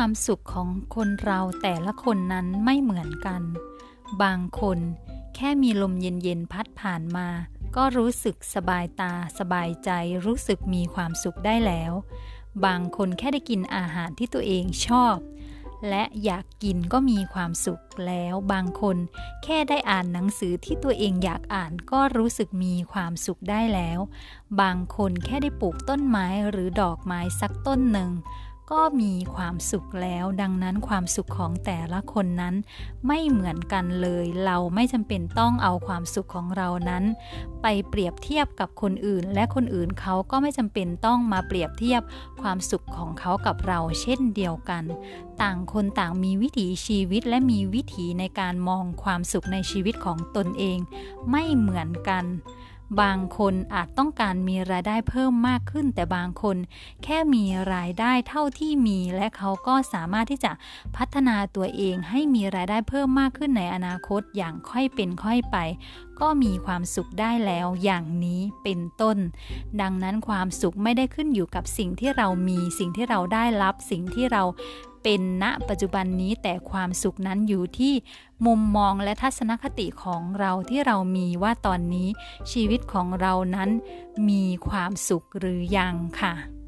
ความสุขของคนเราแต่ละคนนั้นไม่เหมือนกัน บางคนแค่มีลมเย็นๆพัดผ่านมาก็รู้สึกสบายตาสบายใจรู้สึกมีความสุขได้แล้ว บางคนแค่ได้กินอาหารที่ตัวเองชอบและอยากกินก็มีความสุขแล้ว บางคนแค่ได้อ่านหนังสือที่ตัวเองอยากอ่านก็รู้สึกมีความสุขได้แล้ว บางคนแค่ได้ปลูกต้นไม้หรือดอกไม้สักต้นหนึ่งก็มีความสุขแล้ว ดังนั้นความสุขของแต่ละคนนั้นไม่เหมือนกันเลยเราไม่จำเป็นต้องเอาความสุขของเรานั้นไปเปรียบเทียบกับคนอื่นและคนอื่นเขาก็ไม่จำเป็นต้องมาเปรียบเทียบความสุขของเขากับเราเช่นเดียวกันต่างคนต่างมีวิถีชีวิตและมีวิถีในการมองความสุขในชีวิตของตนเองไม่เหมือนกันบางคนอาจต้องการมีรายได้เพิ่มมากขึ้นแต่บางคนแค่มีรายได้เท่าที่มีและเขาก็สามารถที่จะพัฒนาตัวเองให้มีรายได้เพิ่มมากขึ้นในอนาคตอย่างค่อยเป็นค่อยไปก็มีความสุขได้แล้วอย่างนี้เป็นต้นดังนั้นความสุขไม่ได้ขึ้นอยู่กับสิ่งที่เรามีสิ่งที่เราได้รับสิ่งที่เราเป็นณปัจจุบันนี้แต่ความสุขนั้นอยู่ที่มุมมองและทัศนคติของเราที่เรามีว่าตอนนี้ชีวิตของเรานั้นมีความสุขหรือยังค่ะ